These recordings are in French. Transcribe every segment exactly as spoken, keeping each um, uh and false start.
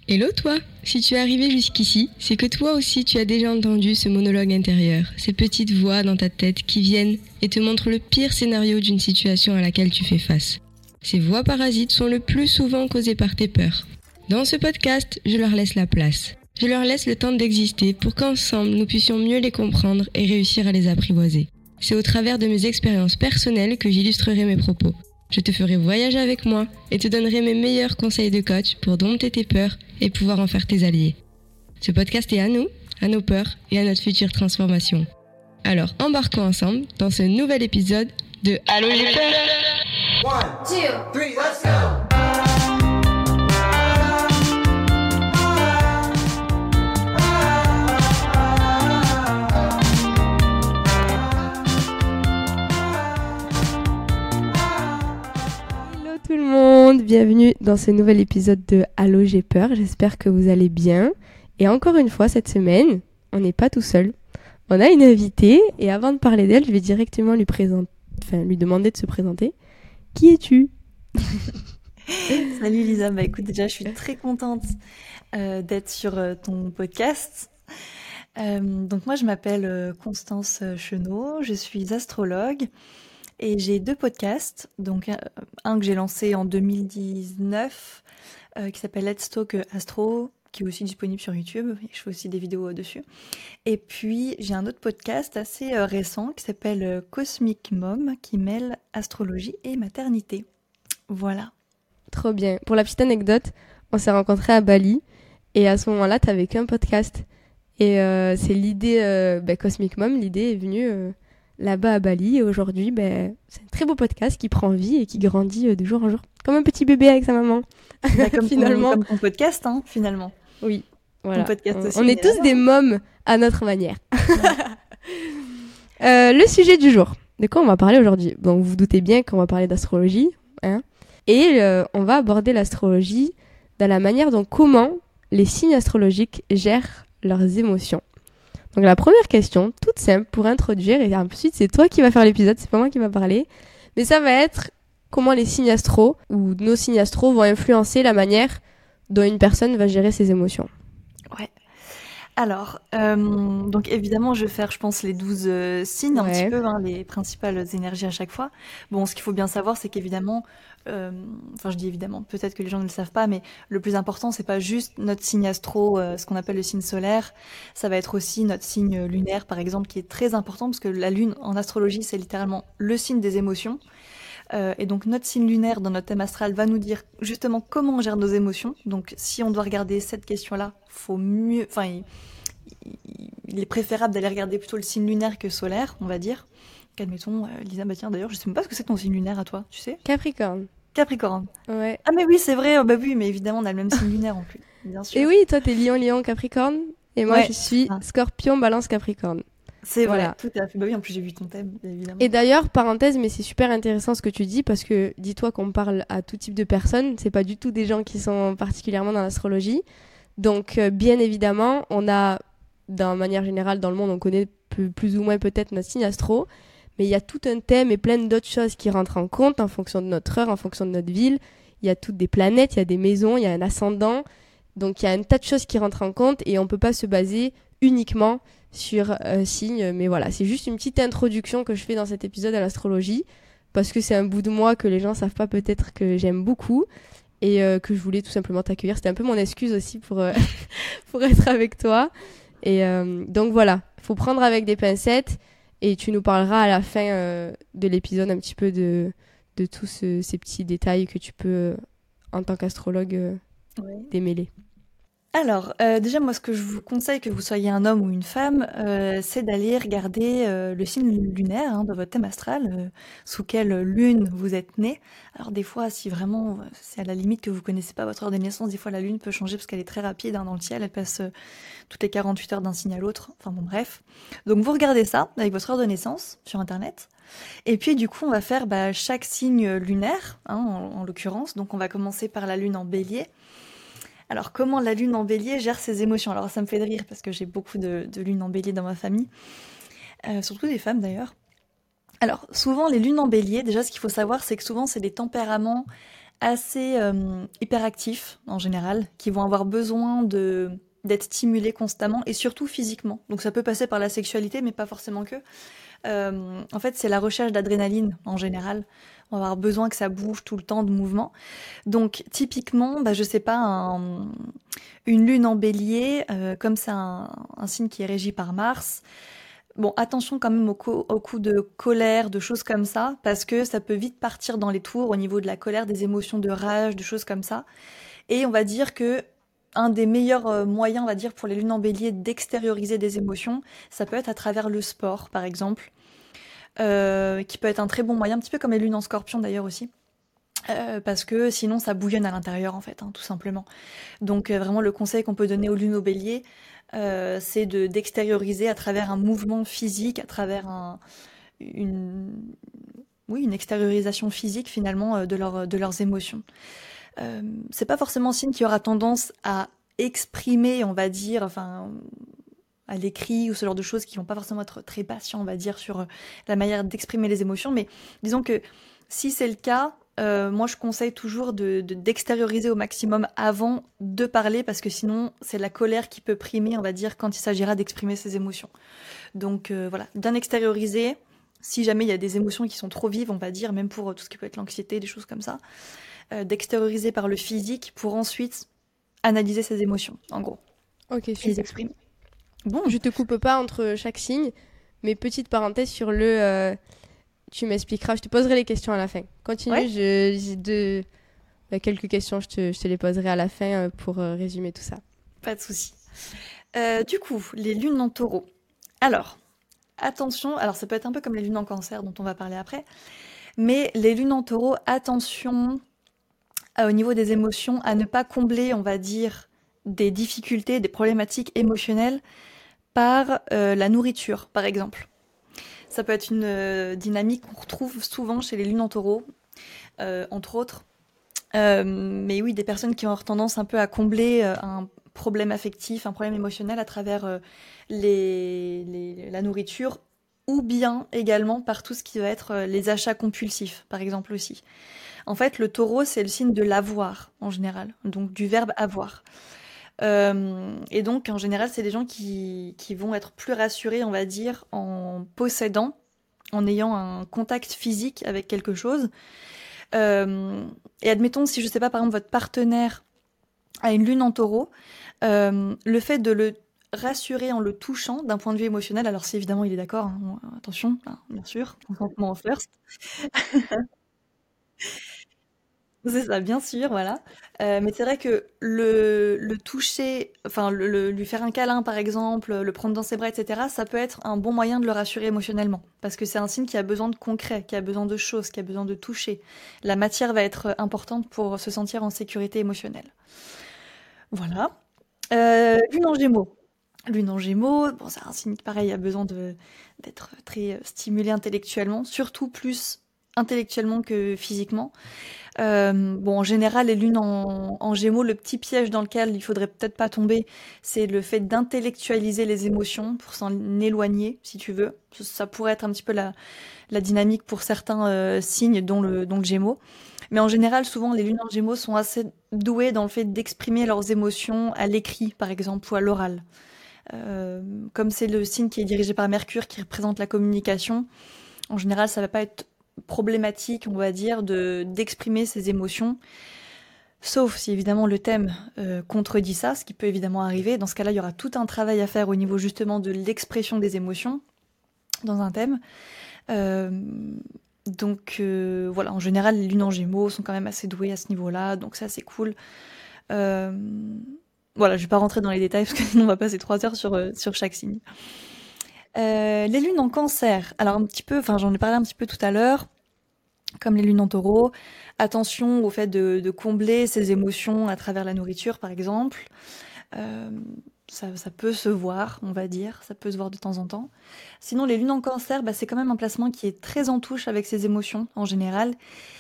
Hello toi! Si tu es arrivé jusqu'ici, c'est que toi aussi tu as déjà entendu ce monologue intérieur, ces petites voix dans ta tête qui viennent et te montrent le pire scénario d'une situation à laquelle tu fais face. Ces voix parasites sont le plus souvent causées par tes peurs. Dans ce podcast, je leur laisse la place. Je leur laisse le temps d'exister pour qu'ensemble nous puissions mieux les comprendre et réussir à les apprivoiser. C'est au travers de mes expériences personnelles que j'illustrerai mes propos. Je te ferai voyager avec moi et te donnerai mes meilleurs conseils de coach pour dompter tes peurs et pouvoir en faire tes alliés. Ce podcast est à nous, à nos peurs et à notre future transformation. Alors embarquons ensemble dans ce nouvel épisode de Allô j'ai peur. One, two, three, let's go! Tout le monde, bienvenue dans ce nouvel épisode de Allô j'ai peur, j'espère que vous allez bien. Et encore une fois cette semaine, on n'est pas tout seul. On a une invitée et avant de parler d'elle, je vais directement lui présenter, enfin lui demander de se présenter. Qui es-tu? Salut Lisa, bah écoute déjà je suis très contente euh, d'être sur euh, ton podcast. Euh, donc moi je m'appelle euh, Constance Chenot, je suis astrologue. Et j'ai deux podcasts, donc un que j'ai lancé en deux mille dix-neuf, euh, qui s'appelle Let's Talk Astro, qui est aussi disponible sur YouTube, et je fais aussi des vidéos dessus. Et puis j'ai un autre podcast assez euh, récent qui s'appelle euh, Cosmic Mom, qui mêle astrologie et maternité. Voilà. Trop bien. Pour la petite anecdote, on s'est rencontrés à Bali, et à ce moment-là, t'avais qu'un podcast. Et euh, c'est l'idée, euh, bah, Cosmic Mom, l'idée est venue... Euh, là-bas à Bali, et aujourd'hui, ben, c'est un très beau podcast qui prend vie et qui grandit de jour en jour, comme un petit bébé avec sa maman. Bah, comme, finalement. Ton, comme ton podcast, hein, finalement. Oui, voilà. Podcast on, aussi, on est tous des mômes à notre manière. Ouais. euh, le sujet du jour, de quoi on va parler aujourd'hui? Bon, vous vous doutez bien qu'on va parler d'astrologie, hein, et euh, on va aborder l'astrologie dans la manière dont comment les signes astrologiques gèrent leurs émotions. Donc la première question, toute simple pour introduire, et ensuite c'est toi qui vas faire l'épisode, c'est pas moi qui va parler, mais ça va être comment les signes astro ou nos signes astro vont influencer la manière dont une personne va gérer ses émotions. Ouais. Alors, euh, donc évidemment, je vais faire, je pense, les douze euh, signes, ouais. un petit peu, hein, les principales énergies à chaque fois. Bon, ce qu'il faut bien savoir, c'est qu'évidemment, euh, enfin, je dis évidemment, peut-être que les gens ne le savent pas, mais le plus important, c'est pas juste notre signe astro, euh, ce qu'on appelle le signe solaire. Ça va être aussi notre signe lunaire, par exemple, qui est très important, parce que la lune, en astrologie, c'est littéralement le signe des émotions. Euh, et donc notre signe lunaire dans notre thème astral va nous dire justement comment on gère nos émotions. Donc si on doit regarder cette question-là, faut mieux, enfin il, il, il est préférable d'aller regarder plutôt le signe lunaire que solaire, on va dire. Admettons, euh, Lisa, bah tiens d'ailleurs, je sais même pas ce que c'est ton signe lunaire à toi, tu sais? Capricorne. Capricorne. Ouais. Ah mais oui, c'est vrai, bah oui, mais évidemment on a le même signe lunaire en plus, bien sûr. Et oui, toi t'es Lion, Lion, Capricorne, et moi ouais, je suis ah. Scorpion, Balance, Capricorne. C'est voilà. vrai, tout à fait. Bah oui, en plus j'ai vu ton thème, évidemment. Et d'ailleurs, parenthèse, mais c'est super intéressant ce que tu dis, parce que dis-toi qu'on parle à tout type de personnes, c'est pas du tout des gens qui sont particulièrement dans l'astrologie. Donc, euh, bien évidemment, on a, d'une manière générale, dans le monde, on connaît plus, plus ou moins peut-être notre signe astro, mais il y a tout un thème et plein d'autres choses qui rentrent en compte en fonction de notre heure, en fonction de notre ville. Il y a toutes des planètes, il y a des maisons, il y a un ascendant. Donc, il y a un tas de choses qui rentrent en compte et on peut pas se baser uniquement sur un signe, mais voilà, c'est juste une petite introduction que je fais dans cet épisode à l'astrologie, parce que c'est un bout de moi que les gens savent pas peut-être que j'aime beaucoup, et euh, que je voulais tout simplement t'accueillir. C'était un peu mon excuse aussi pour, euh, pour être avec toi. Et euh, donc voilà, faut prendre avec des pincettes, et tu nous parleras à la fin euh, de l'épisode un petit peu de, de tous ce, ces petits détails que tu peux, euh, en tant qu'astrologue, euh, ouais. démêler. Alors, euh, déjà, moi, ce que je vous conseille, que vous soyez un homme ou une femme, euh, c'est d'aller regarder euh, le signe lunaire hein, dans votre thème astral, euh, sous quelle lune vous êtes né. Alors, des fois, si vraiment, c'est à la limite que vous connaissez pas votre heure de naissance, des fois, la lune peut changer parce qu'elle est très rapide hein, dans le ciel, elle passe euh, toutes les quarante-huit heures d'un signe à l'autre. Enfin bon, bref. Donc, vous regardez ça avec votre heure de naissance sur Internet. Et puis, du coup, on va faire bah, chaque signe lunaire, hein, en, en l'occurrence. Donc, on va commencer par la lune en bélier. Alors, comment la lune en bélier gère ses émotions? Alors, ça me fait de rire parce que j'ai beaucoup de, de lunes en bélier dans ma famille, euh, surtout des femmes d'ailleurs. Alors, souvent, les lunes en bélier, déjà, ce qu'il faut savoir, c'est que souvent, c'est des tempéraments assez euh, hyperactifs en général, qui vont avoir besoin de d'être stimulés constamment et surtout physiquement. Donc ça peut passer par la sexualité, mais pas forcément que. Euh, en fait, c'est la recherche d'adrénaline en général. On va avoir besoin que ça bouge tout le temps de mouvement. Donc typiquement, bah, je sais pas, un- une lune en bélier, euh, comme c'est un, un signe qui est régi par Mars. Bon, attention quand même aux, co- aux coups de colère, de choses comme ça, parce que ça peut vite partir dans les tours au niveau de la colère, des émotions de rage, de choses comme ça. Et on va dire que un des meilleurs euh, moyens, on va dire, pour les lunes en bélier d'extérioriser des émotions, ça peut être à travers le sport, par exemple, euh, qui peut être un très bon moyen, un petit peu comme les lunes en scorpion d'ailleurs aussi. Euh, parce que sinon ça bouillonne à l'intérieur en fait, hein, tout simplement. Donc euh, vraiment le conseil qu'on peut donner aux lunes au bélier, euh, c'est de d'extérioriser à travers un mouvement physique, à travers un, une, oui, une extériorisation physique finalement euh, de, leur, de leurs émotions. Euh, c'est pas forcément signe qui aura tendance à exprimer, on va dire, enfin à l'écrit ou ce genre de choses qui vont pas forcément être très patients, on va dire, sur euh, la manière d'exprimer les émotions. Mais disons que si c'est le cas, euh, moi je conseille toujours de, de- d'extérioriser au maximum avant de parler parce que sinon c'est la colère qui peut primer, on va dire, quand il s'agira d'exprimer ses émotions. Donc euh, voilà, bien extérioriser. Si jamais il y a des émotions qui sont trop vives, on va dire, même pour euh, tout ce qui peut être l'anxiété, des choses comme ça, euh, d'extérioriser par le physique pour ensuite analyser ses émotions, en gros, Ok, et les super. exprimer. Bon, Je te coupe pas entre chaque signe, mais petite parenthèse sur le... euh, tu m'expliqueras, je te poserai les questions à la fin. Continue, ouais, je, j'ai deux, bah, quelques questions, je te, je te les poserai à la fin euh, pour euh, résumer tout ça. pas de souci. Euh, du coup, les lunes en taureau. Alors, attention, alors ça peut être un peu comme les lunes en cancer dont on va parler après, mais les lunes en taureau, attention euh, au niveau des émotions à ne pas combler, on va dire, des difficultés, des problématiques émotionnelles par euh, la nourriture, par exemple. Ça peut être une euh, dynamique qu'on retrouve souvent chez les lunes en taureau, euh, entre autres. Euh, mais oui, des personnes qui ont tendance un peu à combler euh, un problème affectif, un problème émotionnel à travers euh, les, les- la nourriture, ou bien également par tout ce qui va être euh, les achats compulsifs, par exemple aussi. En fait, le taureau, c'est le signe de l'avoir, en général, donc du verbe avoir. Euh, et donc, en général, c'est des gens qui, qui vont être plus rassurés, on va dire, en possédant, en ayant un contact physique avec quelque chose. Euh, et admettons, si je sais pas, par exemple, votre partenaire a une lune en taureau, euh, le fait de le rassurer en le touchant d'un point de vue émotionnel, alors si évidemment il est d'accord, hein, bon, attention, hein, bien sûr, consentement first, c'est ça, bien sûr, voilà. Euh, mais c'est vrai que le, le toucher, enfin le, le- lui faire un câlin par exemple, le prendre dans ses bras, et cetera, ça peut être un bon moyen de le rassurer émotionnellement. Parce que c'est un signe qui a besoin de concret, qui a besoin de choses, qui a besoin de toucher. La matière va être importante pour se sentir en sécurité émotionnelle. Voilà. Euh, lune en Gémeaux. Lune en Gémeaux, bon, c'est un signe qui, pareil, a besoin de d'être très euh, stimulé intellectuellement, surtout plus intellectuellement que physiquement. Euh, bon, en général, les lunes en, en Gémeaux, le petit piège dans lequel il faudrait peut-être pas tomber, c'est le fait d'intellectualiser les émotions pour s'en éloigner, si tu veux. Ça, ça pourrait être un petit peu la, la dynamique pour certains euh, signes, dont le, dont le Gémeaux. Mais en général, souvent, les lunes en Gémeaux sont assez douées dans le fait d'exprimer leurs émotions à l'écrit, par exemple, ou à l'oral. Euh, comme c'est le signe qui est dirigé par Mercure, qui représente la communication, en général, ça va pas être problématique, on va dire, de d'exprimer ses émotions, sauf si évidemment le thème euh, contredit ça, ce qui peut évidemment arriver. Dans ce cas-là, il y aura tout un travail à faire au niveau justement de l'expression des émotions dans un thème. Euh, donc euh, voilà, en général, les lunes en Gémeaux sont quand même assez douées à ce niveau-là, donc ça c'est cool. Euh, voilà, je vais pas rentrer dans les détails parce que sinon on va passer trois heures sur, euh, sur chaque signe. Euh, les lunes en Cancer, alors un petit peu, enfin j'en ai parlé un petit peu tout à l'heure, comme les lunes en Taureau, attention au fait de, de combler ses émotions à travers la nourriture par exemple. Euh, ça, ça peut se voir, on va dire, ça peut se voir de temps en temps. Sinon, les lunes en Cancer, bah, c'est quand même un placement qui est très en touche avec ses émotions en général.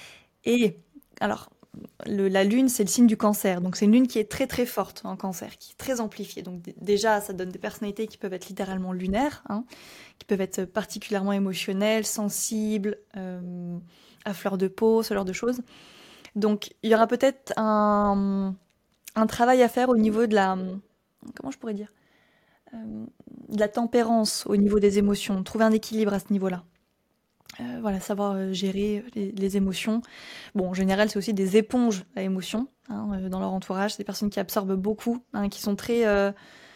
Et alors, le- la lune, c'est le signe du cancer. Donc, c'est une lune qui est très très forte en cancer, qui est très amplifiée. Donc, d- déjà, ça donne des personnalités qui peuvent être littéralement lunaires, hein, qui peuvent être particulièrement émotionnelles, sensibles, euh, à fleur de peau, ce genre de choses. Donc, il y aura peut-être un, un travail à faire au niveau de la... Comment je pourrais dire? Euh, de la tempérance au niveau des émotions. Trouver un équilibre à ce niveau-là. Euh, voilà, savoir euh, gérer les, les émotions. Bon, en général, c'est aussi des éponges à émotions hein, euh, dans leur entourage. C'est des personnes qui absorbent beaucoup, hein, qui sont très, euh,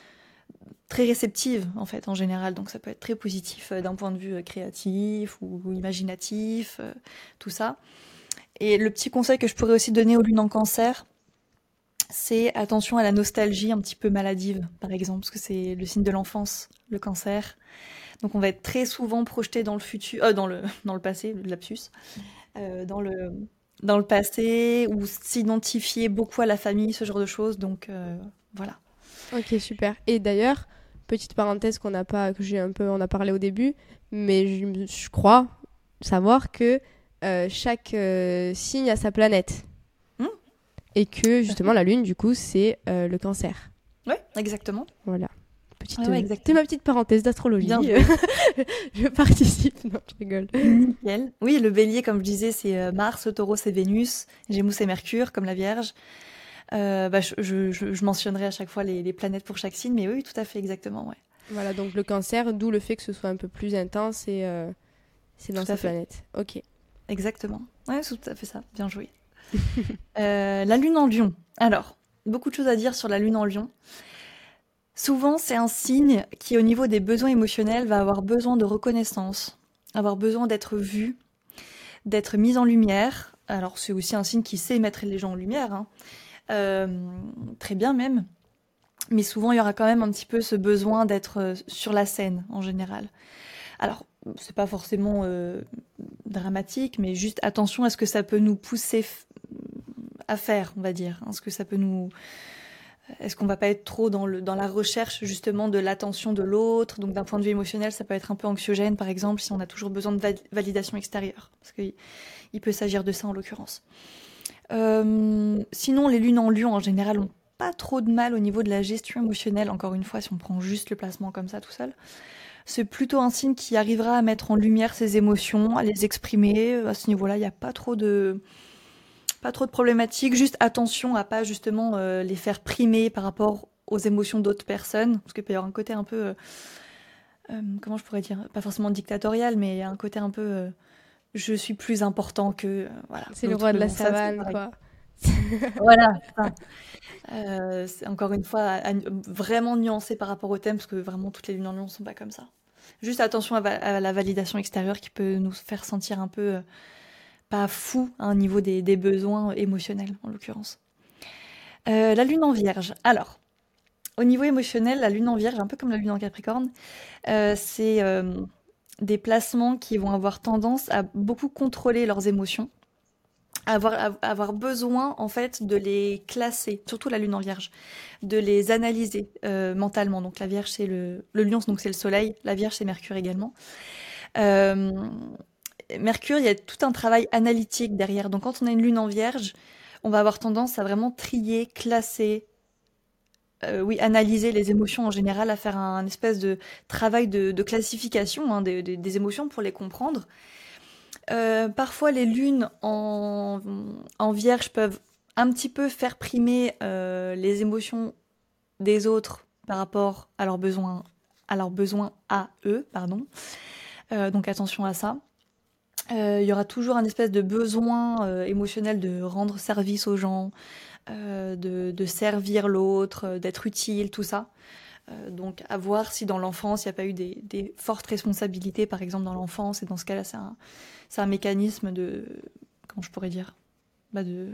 très réceptives, en fait, en général. Donc, ça peut être très positif euh, d'un point de vue euh, créatif ou, ou imaginatif, euh, tout ça. Et le petit conseil que je pourrais aussi donner aux lunes en cancer, c'est attention à la nostalgie un petit peu maladive, par exemple, parce que c'est le signe de l'enfance, le cancer. Donc on va être très souvent projeté dans le futur, euh, dans le dans le passé, le lapsus, euh, dans le dans le passé ou s'identifier beaucoup à la famille, ce genre de choses. Donc euh, voilà. Ok, super. Et d'ailleurs, petite parenthèse qu'on n'a pas, que j'ai un peu, on a parlé au début, mais je, je crois savoir que euh, chaque euh, signe a sa planète. Mmh. Et que justement la lune, du coup, c'est euh, le cancer. Oui, exactement. Voilà. Petite, Ouais, ouais, euh, exactement. c'est ma petite parenthèse d'astrologie. Bien Je participe. Non, je rigole. Nickel. Oui, le bélier, comme je disais, c'est euh, Mars, le taureau, c'est Vénus, Gémeaux, c'est Mercure, comme la Vierge. Euh, bah, je, je, je, je mentionnerai à chaque fois les, les planètes pour chaque signe, mais oui, tout à fait, exactement, ouais. Voilà, donc le cancer, d'où le fait que ce soit un peu plus intense et euh, c'est dans Tout à sa fait. planète. Ok. Exactement. Ouais, c'est tout à fait ça. Bien joué. Euh, la lune en lion. Alors, beaucoup de choses à dire sur la lune en lion. Souvent, c'est un signe qui, au niveau des besoins émotionnels, va avoir besoin de reconnaissance, avoir besoin d'être vu, d'être mis en lumière. Alors, c'est aussi un signe qui sait mettre les gens en lumière, hein. Euh, très bien même. Mais souvent, il y aura quand même un petit peu ce besoin d'être euh, sur la scène, en général. Alors, c'est pas forcément euh, dramatique, mais juste attention à ce que ça peut nous pousser f- à faire, on va dire. Est-ce que ça peut nous... Est-ce qu'on va pas être trop dans, le, dans la recherche justement de l'attention de l'autre? Donc d'un point de vue émotionnel, ça peut être un peu anxiogène, par exemple, si on a toujours besoin de val- validation extérieure. Parce qu'il il peut s'agir de ça en l'occurrence. Euh, sinon, les lunes en lion, en général, ont pas trop de mal au niveau de la gestion émotionnelle. Encore une fois, si on prend juste le placement comme ça tout seul. C'est plutôt un signe qui arrivera à mettre en lumière ses émotions, à les exprimer. À ce niveau-là, il n'y a pas trop de... Pas trop de problématiques, juste attention à pas justement euh, les faire primer par rapport aux émotions d'autres personnes, parce qu'il peut y avoir un côté un peu, euh, euh, comment je pourrais dire, pas forcément dictatorial, mais il y a un côté un peu, euh, je suis plus important que, euh, voilà. C'est le l'autre. roi de Mais la bon, ça, c'est savane, pareil. quoi. Voilà, c'est ça. Euh, c'est encore une fois à- à- vraiment nuancé par rapport au thème, parce que vraiment toutes les lunes en lion ne sont pas comme ça. Juste attention à, va- à la validation extérieure qui peut nous faire sentir un peu... euh, pas fou à un niveau des, des besoins émotionnels, en l'occurrence. Euh, la lune en vierge. Alors, au niveau émotionnel, la lune en vierge, un peu comme la lune en capricorne, euh, c'est euh, des placements qui vont avoir tendance à beaucoup contrôler leurs émotions, à avoir, à avoir besoin en fait de les classer, surtout la lune en vierge, de les analyser euh, mentalement. Donc la vierge c'est le, le lion, donc c'est le soleil, la vierge c'est Mercure également. Euh, Mercure, il y a tout un travail analytique derrière. Donc quand on a une lune en vierge, on va avoir tendance à vraiment trier, classer, euh, oui, analyser les émotions en général, à faire un, un espèce de travail de, de classification hein, des, des- des émotions pour les comprendre. Euh, parfois, les lunes en, en vierge peuvent un petit peu faire primer euh, les émotions des autres par rapport à leurs besoins, à leurs besoins à eux, pardon. Euh, donc attention à ça. Euh, Il y aura toujours un espèce de besoin euh, émotionnel de rendre service aux gens, euh, de, de servir l'autre, euh, d'être utile, tout ça. Euh, donc à voir si dans l'enfance, il n'y a pas eu des, des fortes responsabilités, par exemple dans l'enfance, et dans ce cas-là, c'est un, c'est un mécanisme de... Comment je pourrais dire bah de,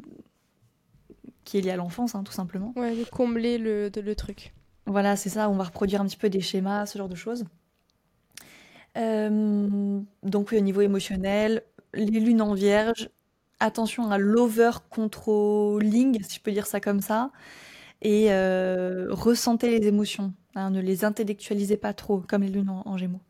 qui est lié à l'enfance, hein, tout simplement. Ouais, de combler le, de- le truc. Voilà, c'est ça, on va reproduire un petit peu des schémas, ce genre de choses. Euh, donc oui, au niveau émotionnel, les lunes en vierge, attention à l'over-controlling, si je peux dire ça comme ça, et euh, ressentez les émotions, hein, ne les intellectualisez pas trop, comme les lunes en, en gémeaux.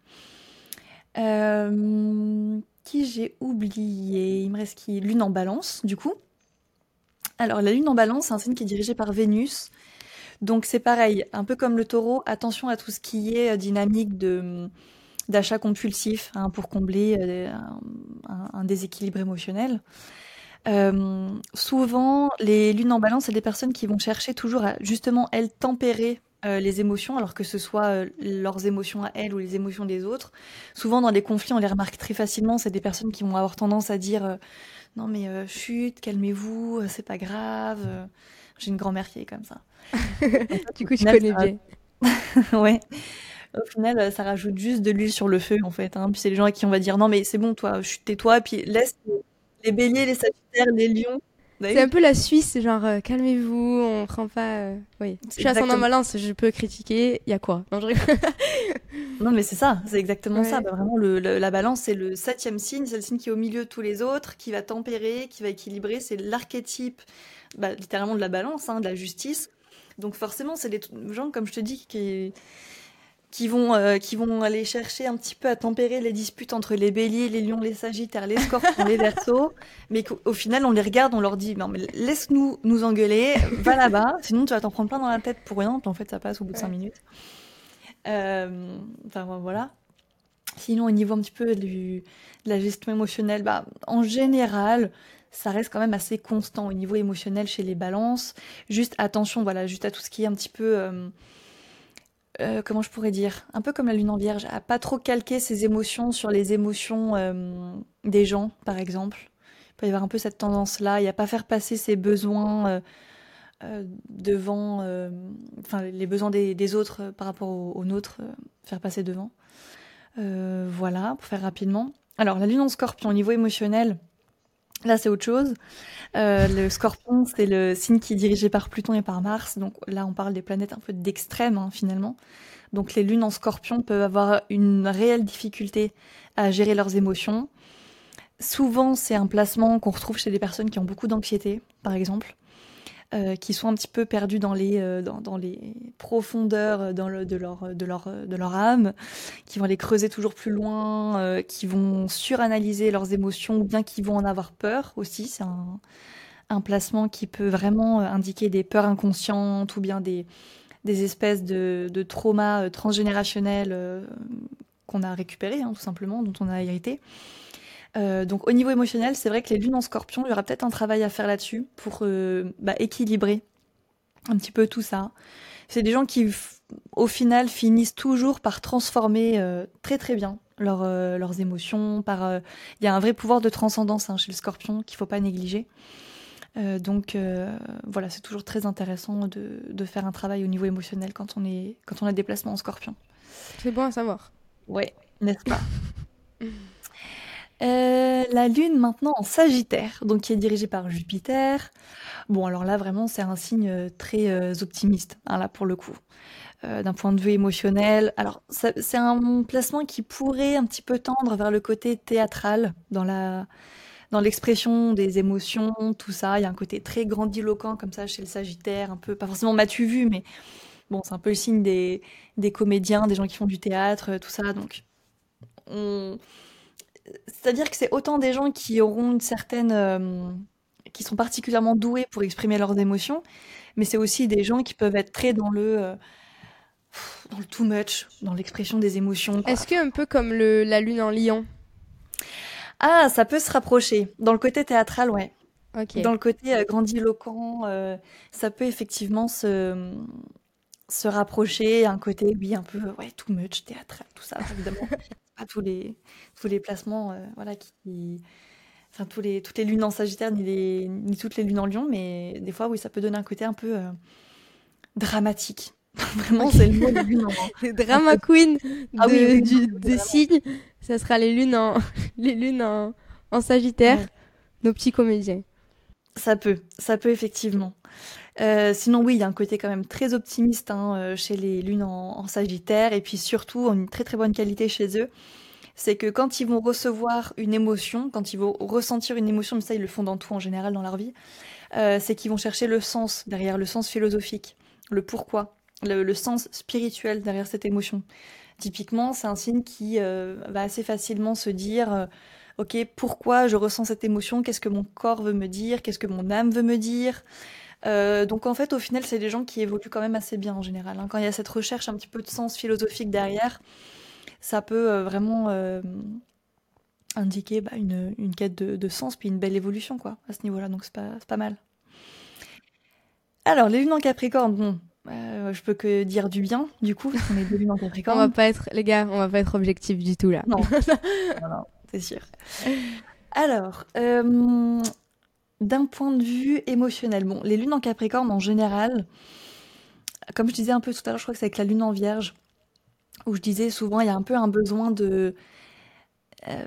Euh, qui j'ai oublié? Il me reste qui? Lune en balance, du coup. Alors, la lune en balance, c'est un signe qui est dirigé par Vénus. Donc, c'est pareil, un peu comme le taureau, attention à tout ce qui est euh, dynamique de d'achat compulsif hein, pour combler euh, un, un- un déséquilibre émotionnel. Euh, souvent, les lunes en balance, c'est des personnes qui vont chercher toujours à justement, elles, tempérer euh, les émotions, alors que ce soit euh, leurs émotions à elles ou les émotions des autres. Souvent, dans les conflits, on les remarque très facilement, c'est des personnes qui vont avoir tendance à dire euh, non mais euh, chut, calmez-vous, euh, c'est pas grave. euh. J'ai une grand-mère qui est comme ça. En fait, Du au coup, tu final, connais ça, bien. ouais. Au final, euh, ça rajoute juste de l'huile sur le feu, en fait, hein. Puis c'est les gens à qui on va dire non mais c'est bon, toi, chut, tais-toi, puis laisse les béliers, les sagittaires, les lions. Bah C'est un oui, peu la Suisse, genre euh, calmez-vous, on prend pas. euh, Oui. Je c'est suis ascendant exactement. balance, je peux critiquer. Il y a quoi? Non, je rigole. Non, mais c'est ça, c'est exactement ça. Ouais. Bah, vraiment, le, le- la balance, c'est le septième signe, c'est le signe qui est au milieu de tous les autres, qui va tempérer, qui va équilibrer. C'est l'archétype, bah, littéralement de la balance, hein, de la justice. Donc forcément, c'est des t- gens, comme je te dis, qui, qui vont, euh, qui vont aller chercher un petit peu à tempérer les disputes entre les béliers, les lions, les sagittaires, les scorpions, les verseaux. Mais qu'au au final, on les regarde, on leur dit, non, mais laisse-nous nous engueuler, va là-bas, sinon tu vas t'en prendre plein dans la tête pour rien. Puis en fait, ça passe au bout de cinq Ouais. minutes. Euh, Enfin, voilà. Sinon, au niveau un petit peu du, de la gestion émotionnelle, bah, en général, ça reste quand même assez constant au niveau émotionnel chez les balances. Juste attention, voilà, juste à tout ce qui est un petit peu, euh, euh, comment je pourrais dire, un peu comme la lune en vierge, à pas trop calquer ses émotions sur les émotions euh, des gens, par exemple. Il peut y avoir un peu cette tendance-là, et à pas faire passer ses besoins euh, euh, devant, euh, enfin, les besoins des, des autres euh, par rapport aux, aux nôtres, euh, faire passer devant. Euh, voilà, pour faire rapidement. Alors, la lune en scorpion, au niveau émotionnel, là, c'est autre chose. Euh, le scorpion, c'est le signe qui est dirigé par Pluton et par Mars. Donc là, on parle des planètes un peu d'extrême, hein, finalement. Donc les lunes en scorpion peuvent avoir une réelle difficulté à gérer leurs émotions. Souvent, c'est un placement qu'on retrouve chez des personnes qui ont beaucoup d'anxiété, par exemple. Euh, qui sont un petit peu perdus dans les, euh, dans, dans les profondeurs euh, dans le, de, leur, de, leur, de leur âme, qui vont les creuser toujours plus loin, euh, qui vont suranalyser leurs émotions ou bien qui vont en avoir peur aussi. C'est un, un placement qui peut vraiment euh, indiquer des peurs inconscientes ou bien des, des espèces de, de traumas euh, transgénérationnels euh, qu'on a récupérés, hein, tout simplement, dont on a hérité. Euh, donc au niveau émotionnel, c'est vrai que les lunes en scorpion, il y aura peut-être un travail à faire là-dessus pour euh, bah, équilibrer un petit peu tout ça. C'est des gens qui, f- au final, finissent toujours par transformer euh, très très bien leur, euh, leurs émotions. Par, euh, il y a un vrai pouvoir de transcendance hein, chez le scorpion qu'il faut pas négliger. Euh, donc euh, voilà, c'est toujours très intéressant de, de faire un travail au niveau émotionnel quand on, est, quand on a des placements en scorpion. C'est bon à savoir. Ouais, n'est-ce pas? Euh, la Lune maintenant en Sagittaire, donc qui est dirigée par Jupiter. Bon, alors là vraiment c'est un signe euh, très euh, optimiste, hein, là pour le coup. Euh, d'un point de vue émotionnel. Alors ça- c'est un placement qui pourrait un petit peu tendre vers le côté théâtral dans la dans l'expression des émotions, tout ça. Il y a un côté très grandiloquent comme ça chez le Sagittaire, un peu pas forcément m'as-tu vu, mais bon c'est un peu le signe des des comédiens, des gens qui font du théâtre, euh, tout ça. Donc on c'est-à-dire que c'est autant des gens qui auront une certaine, euh, qui sont particulièrement doués pour exprimer leurs émotions, mais c'est aussi des gens qui peuvent être très dans le, euh, dans le too much, dans l'expression des émotions, quoi. Est-ce que un peu comme le, la lune en lion? Ah, ça peut se rapprocher. Dans le côté théâtral, ouais. Dans Ok. le côté euh, grandiloquent, euh, ça peut effectivement se, se rapprocher. Un côté, oui, un peu, ouais, too much, théâtral, tout ça, évidemment. Pas tous les, tous les placements, euh, voilà, qui, enfin, tous les, toutes les lunes en Sagittaire, ni, les, ni toutes les lunes en Lion, mais des fois, oui, ça peut donner un côté un peu euh, dramatique. Vraiment, Ok. c'est le mot de lune en, Les en drama Sagittaire. queen Ah oui, de, oui, non, du, oui, des vraiment. signes, ça sera les lunes en, les lunes en, en Sagittaire, Ouais, nos petits comédiens. ça peut, ça peut effectivement. Euh, sinon, oui, il y a un côté quand même très optimiste hein, euh, chez les lunes en, en Sagittaire, et puis surtout, une très très bonne qualité chez eux, c'est que quand ils vont recevoir une émotion, quand ils vont ressentir une émotion, mais ça ils le font dans tout en général dans leur vie, euh, c'est qu'ils vont chercher le sens derrière, le sens philosophique, le pourquoi, le, le sens spirituel derrière cette émotion. Typiquement, c'est un signe qui euh, va assez facilement se dire, euh, ok, pourquoi je ressens cette émotion, qu'est-ce que mon corps veut me dire, qu'est-ce que mon âme veut me dire. Euh, donc en fait, au final, c'est des gens qui évoluent quand même assez bien en général, hein. Quand il y a cette recherche un petit peu de sens philosophique derrière, ça peut euh, vraiment euh, indiquer bah, une, une quête de, de sens, puis une belle évolution, quoi, à ce niveau-là, donc c'est pas, c'est pas mal. Alors, les lunes en Capricorne, bon, euh, je peux que dire du bien, du coup, parce qu'on est deux lunes en On Capricorne. va pas être, les gars, on va pas être objectif du tout là. Non, non, non, c'est sûr. Alors, euh, d'un point de vue émotionnel, bon, les lunes en Capricorne en général, comme je disais un peu tout à l'heure, je crois que c'est avec la lune en Vierge, où je disais souvent il y a un peu un besoin de, euh,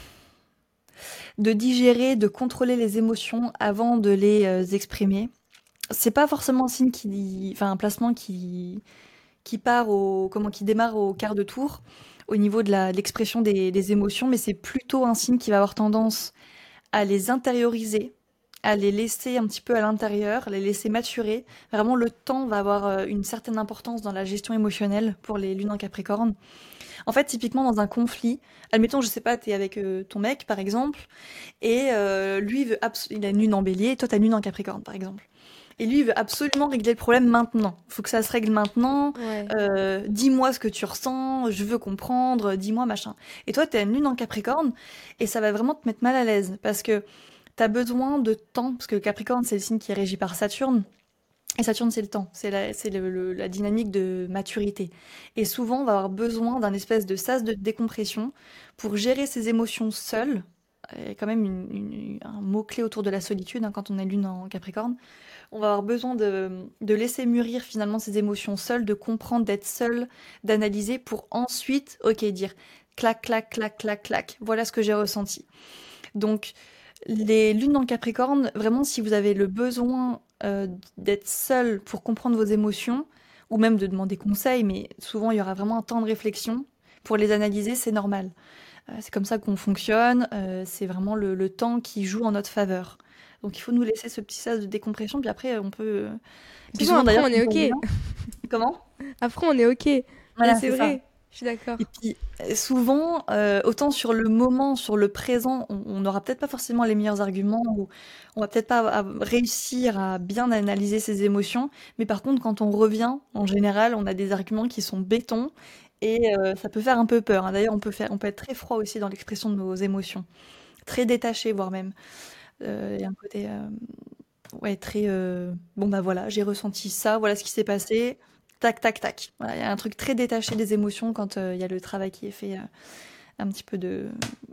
de digérer, de contrôler les émotions avant de les euh, exprimer. C'est pas forcément un signe qui, enfin un placement qui, qui part au, comment, qui démarre au quart de tour au niveau de la- de l'expression des, des émotions, mais c'est plutôt un signe qui va avoir tendance à les intérioriser, à les laisser un petit peu à l'intérieur, à les laisser maturer. Vraiment, le temps va avoir euh, une certaine importance dans la gestion émotionnelle pour les lunes en Capricorne. En fait, typiquement dans un conflit, admettons, je sais pas, t'es avec euh, ton mec par exemple, et euh, lui il veut abso- il a une lune en Bélier, et toi t'as une lune en Capricorne par exemple. Et lui, il veut absolument régler le problème maintenant. Il faut que ça se règle maintenant. Ouais. Euh, dis-moi ce que tu ressens, je veux comprendre, dis-moi machin. Et toi, t'as une lune en Capricorne, et ça va vraiment te mettre mal à l'aise, parce que t'as besoin de temps, parce que le Capricorne, c'est le signe qui est régi par Saturne, et Saturne, c'est le temps, c'est la, c'est le- le- la dynamique de maturité. Et souvent, on va avoir besoin d'un espèce de sas de décompression pour gérer ses émotions seul. Il y a quand même une- une- un mot-clé autour de la solitude hein, quand on est lune en Capricorne. On va avoir besoin de, de laisser mûrir finalement ses émotions seules, de comprendre, d'être seul, d'analyser pour ensuite, ok, dire clac, clac, clac, clac, clac. Voilà ce que j'ai ressenti. Donc, les lunes en Capricorne, vraiment, si vous avez le besoin euh, d'être seul pour comprendre vos émotions, ou même de demander conseil, mais souvent il y aura vraiment un temps de réflexion pour les analyser, c'est normal. Euh, c'est comme ça qu'on fonctionne, euh, c'est vraiment le, le temps qui joue en notre faveur. Donc il faut nous laisser ce petit sas de décompression, puis après on peut... euh, C'est Puis bon, souvent après d'ailleurs, on est quand on ok. revient... Comment? Après on est ok. Mais Voilà, c'est c'est ça. vrai, je suis d'accord. Et puis euh, souvent, euh, autant sur le moment, sur le présent, on on n'aura peut-être pas forcément les meilleurs arguments, ou on va peut-être pas a- réussir à bien analyser ses émotions, mais par contre quand on revient, en général, on a des arguments qui sont béton, et euh, ça peut faire un peu peur, hein. D'ailleurs, on peut faire, on peut être très froid aussi dans l'expression de nos émotions, très détaché, voire même. Euh, Il y a un côté, euh, ouais, très, euh, bon bah voilà, j'ai ressenti ça, voilà ce qui s'est passé, tac, tac, tac. Voilà, il y a un truc très détaché des émotions quand euh, il y a le travail qui est fait, euh, un petit peu de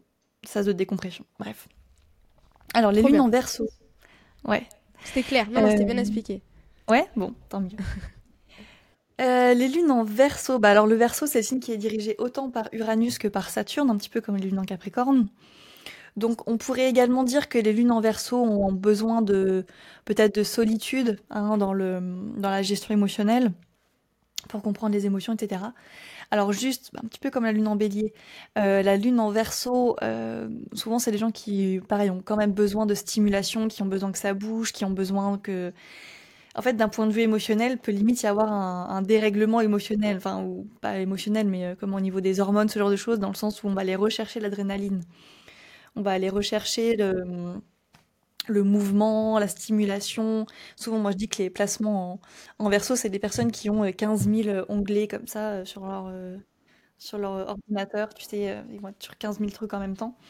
sas de décompression. Bref. Alors, les Trop lunes bien. en Verseau. Ouais. C'était clair. Non, non, c'était bien Euh, expliqué. ouais, bon, tant mieux. Euh, les lunes en Verseau. Bah alors le Verseau, c'est le signe qui est dirigé autant par Uranus que par Saturne, un petit peu comme les lunes en Capricorne. Donc on pourrait également dire que les lunes en Verseau ont besoin de peut-être de solitude hein, dans le dans la gestion émotionnelle pour comprendre les émotions, et cetera. Alors juste un petit peu comme la lune en Bélier, euh, la lune en Verseau, euh, souvent c'est des gens qui, pareil, ont quand même besoin de stimulation, qui ont besoin que ça bouge, qui ont besoin que en fait, d'un point de vue émotionnel, peut limite y avoir un, un dérèglement émotionnel, enfin, ou pas émotionnel, mais euh, comme au niveau des hormones, ce genre de choses, dans le sens où on va aller rechercher l'adrénaline. On va aller rechercher le, le mouvement, la stimulation. Souvent, moi, je dis que les placements en, en verso, c'est des personnes qui ont euh, quinze mille onglets comme ça euh, sur leur, euh, sur leur ordinateur. Tu sais, euh, ils vont être sur quinze mille trucs en même temps.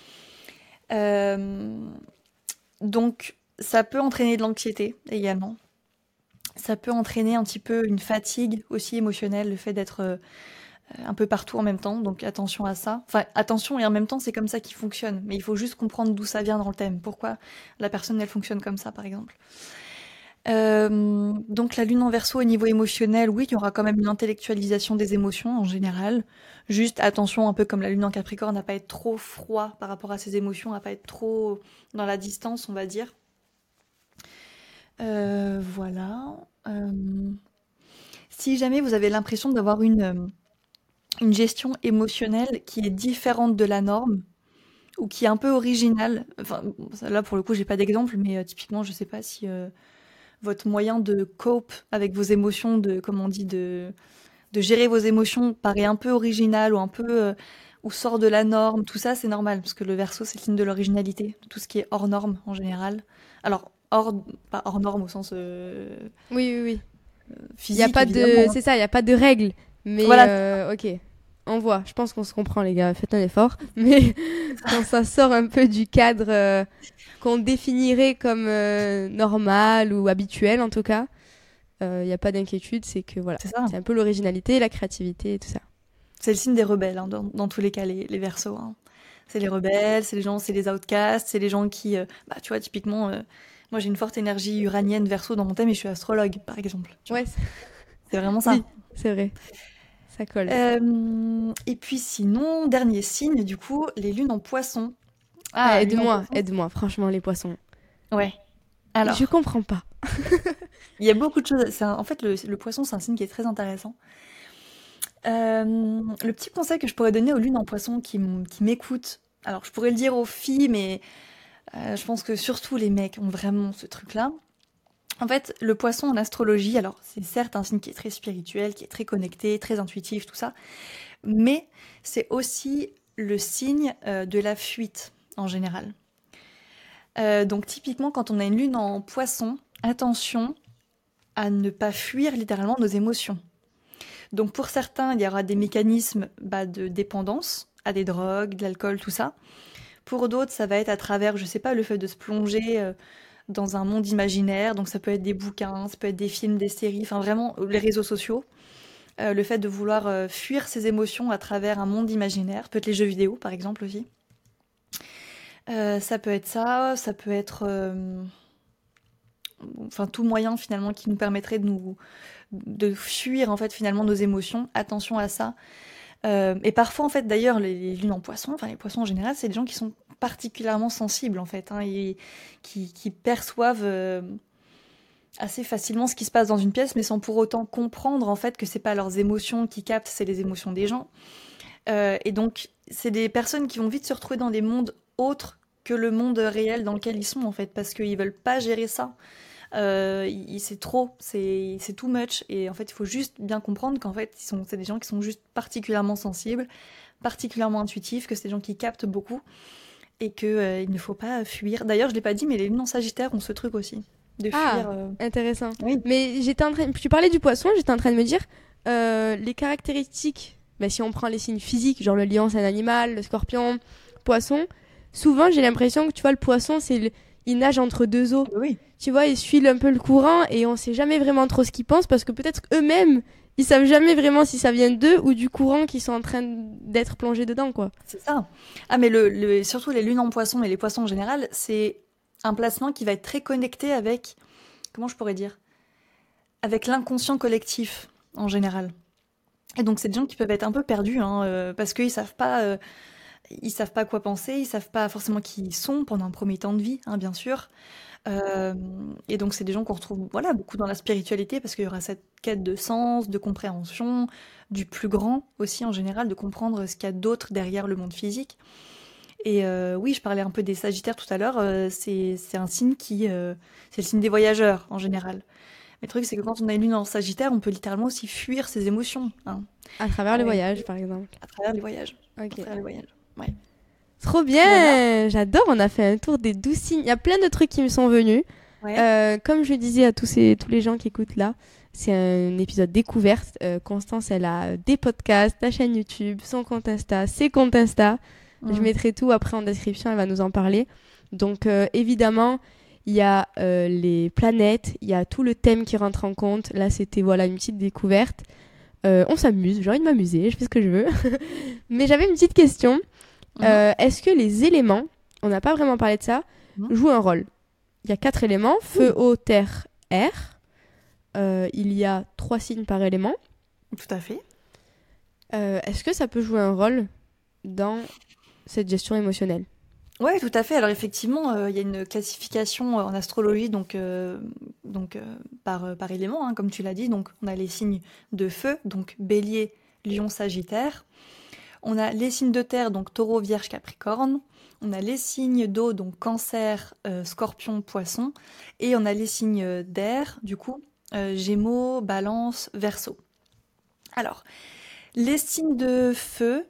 Euh, donc, ça peut entraîner de l'anxiété également. Ça peut entraîner un petit peu une fatigue aussi émotionnelle, le fait d'être euh, un peu partout en même temps. Donc attention à ça. Enfin, attention et en même temps, c'est comme ça qu'il fonctionne. Mais il faut juste comprendre d'où ça vient dans le thème. Pourquoi la personne, elle fonctionne comme ça, par exemple. Euh, donc la lune en Verseau au niveau émotionnel, oui, il y aura quand même une intellectualisation des émotions en général. Juste attention, un peu comme la lune en Capricorne, à pas être trop froid par rapport à ses émotions, à pas être trop dans la distance, on va dire. Euh, voilà. Euh, si jamais vous avez l'impression d'avoir une, euh, une gestion émotionnelle qui est différente de la norme ou qui est un peu originale, enfin bon, ça, là pour le coup j'ai pas d'exemple, mais euh, typiquement je sais pas si euh, votre moyen de cope avec vos émotions, de comment on dit, de, de gérer vos émotions paraît un peu original ou un peu euh, ou sort de la norme, tout ça c'est normal parce que le Verseau c'est le signe de l'originalité, de tout ce qui est hors norme en général. Alors hors, pas hors norme au sens euh, Oui, oui, oui. Il y a physique pas de, évidemment. c'est ça, il y a pas de règles. Mais Voilà, euh, ok. on voit. Je pense qu'on se comprend, les gars. Faites un effort. Mais quand ça sort un peu du cadre euh, qu'on définirait comme euh, normal ou habituel, en tout cas, il euh, n'y a pas d'inquiétude. C'est que voilà, c'est, c'est un peu l'originalité, la créativité et tout ça. C'est le signe des rebelles, hein, dans, dans tous les cas, les, les Verseaux. Hein. C'est les rebelles, c'est les gens, c'est les outcasts, c'est les gens qui, euh, bah, tu vois, typiquement, euh, moi j'ai une forte énergie uranienne Verseau dans mon thème et je suis astrologue, par exemple. Ouais, c'est... c'est vraiment ça. Oui, c'est vrai. Ça colle. Euh, et puis sinon, dernier signe, du coup, les lunes en poisson. Ah, ah aide-moi, aide-moi, franchement, les poissons. Ouais. Alors. Je comprends pas. Il y a beaucoup de choses. C'est un... En fait, le, le poisson, c'est un signe qui est très intéressant. Euh, le petit conseil que je pourrais donner aux lunes en poisson qui, m- qui m'écoutent, alors je pourrais le dire aux filles, mais euh, je pense que surtout les mecs ont vraiment ce truc-là. En fait, le poisson en astrologie, alors c'est certes un signe qui est très spirituel, qui est très connecté, très intuitif, tout ça, mais c'est aussi le signe euh, de la fuite en général. Euh, donc typiquement, quand on a une lune en poisson, attention à ne pas fuir littéralement nos émotions. Donc pour certains, il y aura des mécanismes bah, de dépendance à des drogues, de l'alcool, tout ça. Pour d'autres, ça va être à travers, je sais pas, le fait de se plonger euh, dans un monde imaginaire. Donc ça peut être des bouquins, ça peut être des films, des séries, enfin vraiment les réseaux sociaux. Euh, le fait de vouloir euh, fuir ses émotions à travers un monde imaginaire. Peut-être les jeux vidéo, par exemple, aussi. Euh, ça peut être ça, ça peut être... euh, Enfin, tout moyen finalement qui nous permettrait de nous de fuir en fait finalement nos émotions. Attention à ça. Euh, et parfois en fait d'ailleurs les, les lunes en poisson, enfin les poissons en général, c'est des gens qui sont particulièrement sensibles en fait, hein, et qui, qui perçoivent euh, assez facilement ce qui se passe dans une pièce, mais sans pour autant comprendre en fait que c'est pas leurs émotions qui captent, c'est les émotions des gens. Euh, et donc c'est des personnes qui vont vite se retrouver dans des mondes autres que le monde réel dans lequel ils sont en fait, parce qu'ils veulent pas gérer ça. Euh, il- c'est trop, c'est c'est too much, et en fait il faut juste bien comprendre qu'en fait ils sont, c'est des gens qui sont juste particulièrement sensibles, particulièrement intuitifs, que c'est des gens qui captent beaucoup et que euh, il ne faut pas fuir. D'ailleurs je l'ai pas dit, mais les lunes en Sagittaire ont ce truc aussi de Ah, fuir. euh, intéressant. Oui. Mais j'étais en train... tu parlais du poisson, j'étais en train de me dire euh, les caractéristiques. Bah, si on prend les signes physiques, genre le lion c'est un animal, le scorpion, poisson, souvent j'ai l'impression que tu vois le poisson c'est le... il nage entre deux eaux. Oui. Tu vois, ils suivent un peu le courant et on sait jamais vraiment trop ce qu'ils pensent parce que peut-être eux-mêmes, ils savent jamais vraiment si ça vient d'eux ou du courant qu'ils sont en train d'être plongés dedans, quoi. C'est ça. Ah, mais le, le- surtout les lunes en poisson et les poissons en général, c'est un placement qui va être très connecté avec, comment je pourrais dire, avec l'inconscient collectif en général. Et donc c'est des gens qui peuvent être un peu perdus, hein, euh, parce qu'ils savent pas, euh, ils savent pas quoi penser, ils savent pas forcément qui ils sont pendant un premier temps de vie, hein, bien sûr. Euh, et donc c'est des gens qu'on retrouve, voilà, beaucoup dans la spiritualité, parce qu'il y aura cette quête de sens, de compréhension, du plus grand aussi en général, de comprendre ce qu'il y a d'autre derrière le monde physique. Et euh, oui, je parlais un peu des Sagittaires tout à l'heure, euh, c'est c'est un signe qui, euh, c'est le signe des voyageurs en général. Mais le truc, c'est que quand on a une lune en Sagittaire, on peut littéralement aussi fuir ses émotions, hein, À travers le Ouais. voyage, par exemple. à travers les voyages. À Ok. travers les voyages. Ouais. Trop bien, j'adore, on a fait un tour des douze signes. Il y a plein de trucs qui me sont venus. Ouais. Euh, comme je disais à tous, ces, tous les gens qui écoutent là, c'est un épisode découverte. Euh, Constance, elle a des podcasts, sa chaîne YouTube, son compte Insta, ses comptes Insta. Je Mm. mettrai tout après en description, elle va nous en parler. Donc euh, évidemment, il y a euh, les planètes, il y a tout le thème qui rentre en compte. Là, c'était voilà une petite découverte. Euh, on s'amuse, j'ai envie de m'amuser, je fais ce que je veux. Mais j'avais une petite question. Mhm. Euh, est-ce que les éléments, on n'a pas vraiment parlé de ça, Mhm. jouent un rôle? Il y a quatre éléments, feu, eau, terre, air. Euh, il y a trois signes par élément. Tout à fait. Euh, est-ce que ça peut jouer un rôle dans cette gestion émotionnelle? Ouais, tout à fait. Alors effectivement, euh, il y a une classification euh, en astrologie, donc, euh, donc euh, par, euh, par élément, hein, comme tu l'as dit. Donc on a les signes de feu, donc Bélier, Lion, Sagittaire. On a les signes de terre, donc Taureau, Vierge, Capricorne. On a les signes d'eau, donc Cancer, euh, Scorpion, Poisson. Et on a les signes euh, d'air, du coup, euh, Gémeaux, Balance, Verseau. Alors, les signes de feu,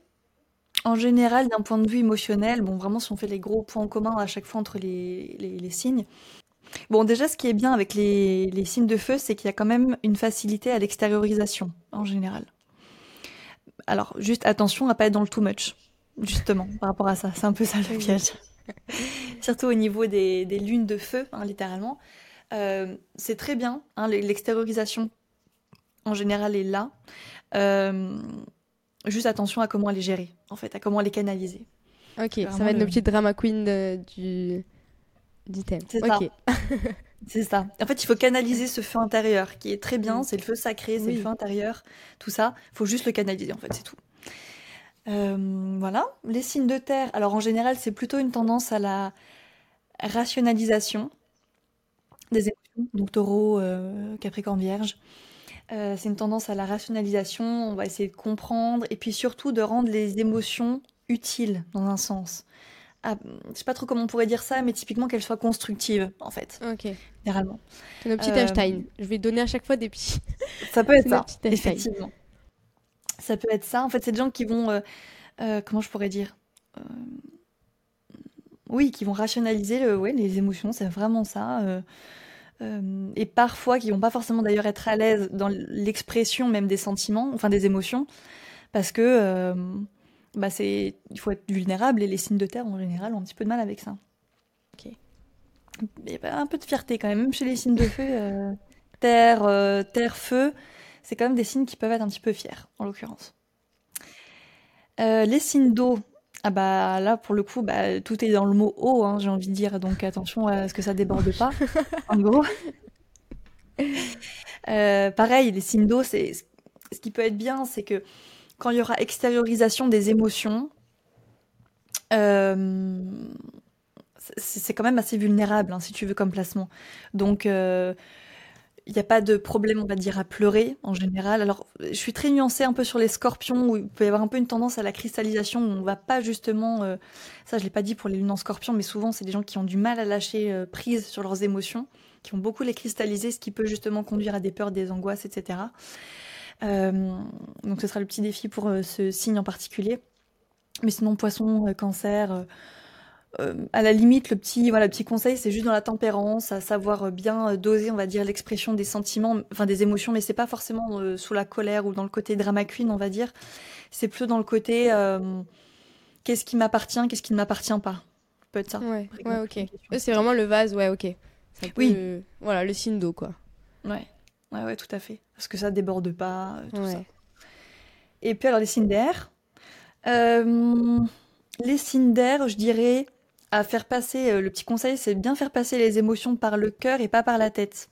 en général, d'un point de vue émotionnel, bon, vraiment, si on fait les gros points communs à chaque fois entre les, les, les signes. Bon, déjà, ce qui est bien avec les, les signes de feu, c'est qu'il y a quand même une facilité à l'extériorisation, en général. alors, juste attention à pas être dans le too much, justement, par rapport à ça. C'est un peu ça le piège. Surtout au niveau des, des lunes de feu, hein, littéralement. Euh, c'est très bien, hein, l'extériorisation en général est là. Euh, juste attention à comment les gérer, en fait, à comment les canaliser. Ok, ça va être le... nos petites drama queens de, du, du thème. C'est okay. ça. C'est ça. En fait, il faut canaliser ce feu intérieur qui est très bien. C'est le feu sacré, c'est oui. le feu intérieur, tout ça. Il faut juste le canaliser, en fait, c'est tout. Euh, voilà. Les signes de terre. Alors, en général, c'est plutôt une tendance à la rationalisation des émotions. Donc, taureau, euh, capricorne, vierge. Euh, c'est une tendance à la rationalisation. On va essayer de comprendre et puis surtout de rendre les émotions utiles dans un sens. Ah, je sais pas trop comment on pourrait dire ça, mais typiquement qu'elles soient constructives, en fait. Ok. Généralement. C'est nos petits euh... Einstein. Je vais donner à chaque fois des petits. Ça peut être ça, effectivement. Ça peut être ça. En fait, c'est des gens qui vont, euh, euh, comment je pourrais dire, euh... oui, qui vont rationaliser le, ouais, les émotions. C'est vraiment ça. Euh... Euh... Et parfois, qui vont pas forcément d'ailleurs être à l'aise dans l'expression même des sentiments, enfin des émotions, parce que euh... bah c'est, il faut être vulnérable et les signes de terre en général ont un petit peu de mal avec ça. Ok. Et bah, un peu de fierté quand même, même chez les signes de feu, euh, terre, euh, terre, feu, c'est quand même des signes qui peuvent être un petit peu fiers en l'occurrence. Euh, les signes d'eau, ah bah là pour le coup, bah, tout est dans le mot eau, hein, j'ai envie de dire, donc attention à ce que ça déborde pas, en gros. Euh, pareil, les signes d'eau, c'est ce qui peut être bien, c'est que quand il y aura extériorisation des émotions, euh, c'est quand même assez vulnérable, hein, si tu veux, comme placement. Donc, il euh, n'y a pas de problème, on va dire, à pleurer, en général. Alors, je suis très nuancée un peu sur les scorpions, où il peut y avoir un peu une tendance à la cristallisation, où on ne va pas justement... Euh, ça, je ne l'ai pas dit pour les lunes en scorpion, mais souvent, c'est des gens qui ont du mal à lâcher euh, prise sur leurs émotions, qui vont beaucoup les cristalliser, ce qui peut justement conduire à des peurs, des angoisses, et cetera. Euh, donc ce sera le petit défi pour euh, ce signe en particulier. Mais sinon, poisson, euh, cancer, euh, euh, à la limite, le petit, voilà, le petit conseil, c'est juste dans la tempérance, à savoir bien doser, on va dire, l'expression des sentiments, enfin des émotions, mais c'est pas forcément euh, sous la colère ou dans le côté drama queen, on va dire. C'est plutôt dans le côté euh, qu'est-ce qui m'appartient, qu'est-ce qui ne m'appartient pas. Ça peut être ça. Ouais, ouais, ok. Eux, c'est vraiment le vase, ouais, ok. Ça peut, oui. Euh, voilà, le signe d'eau, quoi. Ouais. Ouais, ouais, tout à fait. Parce que ça déborde pas, euh, tout ouais. ça. Et puis alors les signes d'air. Euh, les signes d'air, je dirais, à faire passer, euh, le petit conseil, c'est bien faire passer les émotions par le cœur et pas par la tête.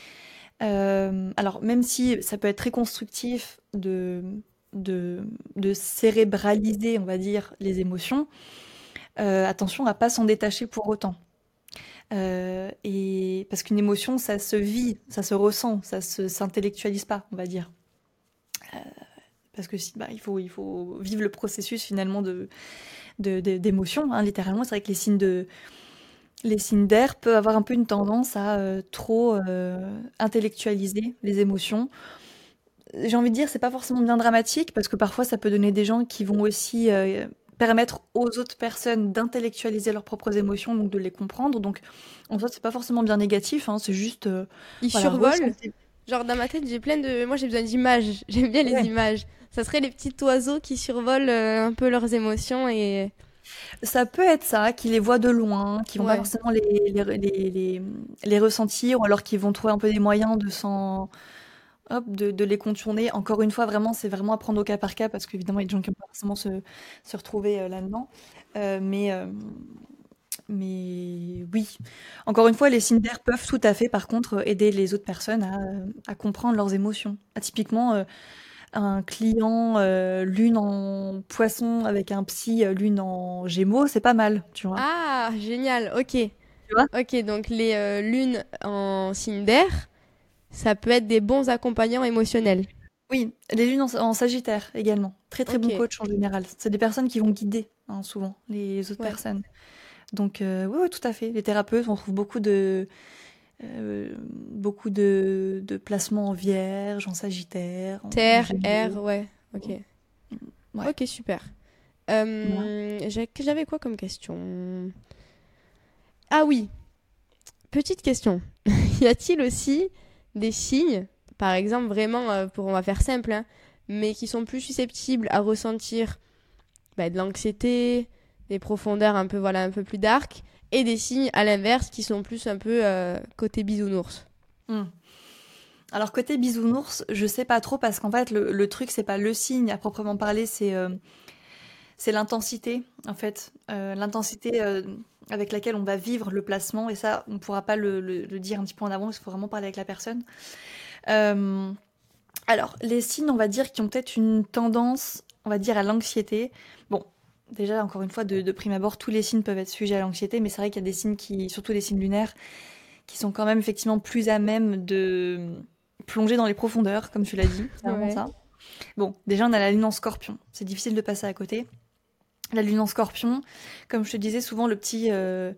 Euh, alors même si ça peut être très constructif de, de, de cérébraliser, on va dire, les émotions, euh, attention à pas s'en détacher pour autant. Euh, et parce qu'une émotion, ça se vit, ça se ressent, ça se s'intellectualise pas, on va dire. Euh, parce que si, bah, il faut, il faut vivre le processus finalement de, de, de d'émotion, hein, littéralement. C'est vrai que les signes de, les signes d'air peuvent avoir un peu une tendance à euh, trop euh, intellectualiser les émotions. J'ai envie de dire, c'est pas forcément bien dramatique parce que parfois ça peut donner des gens qui vont aussi euh, permettre aux autres personnes d'intellectualiser leurs propres émotions, donc de les comprendre. Donc, en fait, c'est pas forcément bien négatif, hein, c'est juste... Euh, Ils voilà, survolent ressentir. Genre, dans ma tête, j'ai plein de... Moi, j'ai besoin d'images. J'aime bien les ouais. images. Ça serait les petits oiseaux qui survolent euh, un peu leurs émotions et... Ça peut être ça, qui les voient de loin, qui vont ouais. pas forcément les, les, les, les, les ressentir, ou alors qui vont trouver un peu des moyens de s'en... Hop, de, de les contourner. Encore une fois, vraiment, c'est vraiment à prendre au cas par cas parce qu'évidemment, il y a des gens qui ne vont pas forcément se, se retrouver euh, là-dedans. Euh, mais, euh, mais oui, encore une fois, les signes d'air peuvent tout à fait, par contre, aider les autres personnes à, à comprendre leurs émotions. Ah, typiquement, euh, un client euh, lune en poisson avec un psy euh, lune en gémeaux, c'est pas mal, tu vois. Ah, génial, ok. Tu vois ? Ok, donc les euh, lunes en signe d'air, ça peut être des bons accompagnants émotionnels. Oui, les lunes en, en sagittaire également. Très très Ok. bons coachs en général. C'est des personnes qui vont guider, hein, souvent, les autres Ouais. personnes. Donc, euh, oui, oui, tout à fait. Les thérapeutes, on trouve beaucoup de, euh, beaucoup de, de placements en vierge, en sagittaire. En, Terre, en air, ouais. Ok. Ouais. Ok, super. Euh, ouais. j'ai- J'avais quoi comme question ? Ah oui, petite question. Y a-t-il aussi des signes, par exemple, vraiment, euh, pour on va faire simple, hein, mais qui sont plus susceptibles à ressentir bah, de l'anxiété, des profondeurs un peu, voilà, un peu plus dark, et des signes à l'inverse qui sont plus un peu euh, côté bisounours. Mmh. Alors côté bisounours, je sais pas trop parce qu'en fait le, le truc c'est pas le signe à proprement parler, c'est euh, c'est l'intensité en fait, euh, l'intensité euh, avec laquelle on va vivre le placement et ça on pourra pas le, le, le dire un petit peu en avant, il faut vraiment parler avec la personne. Euh, alors les signes on va dire qui ont peut-être une tendance on va dire à l'anxiété. Bon déjà encore une fois de, de prime abord tous les signes peuvent être sujets à l'anxiété, mais c'est vrai qu'il y a des signes qui, surtout les signes lunaires, qui sont quand même effectivement plus à même de plonger dans les profondeurs, comme tu l'as dit, c'est vraiment Ouais. ça. Bon, déjà on a la lune en scorpion, c'est difficile de passer à côté. La lune en scorpion, comme je te disais, souvent le petit, euh,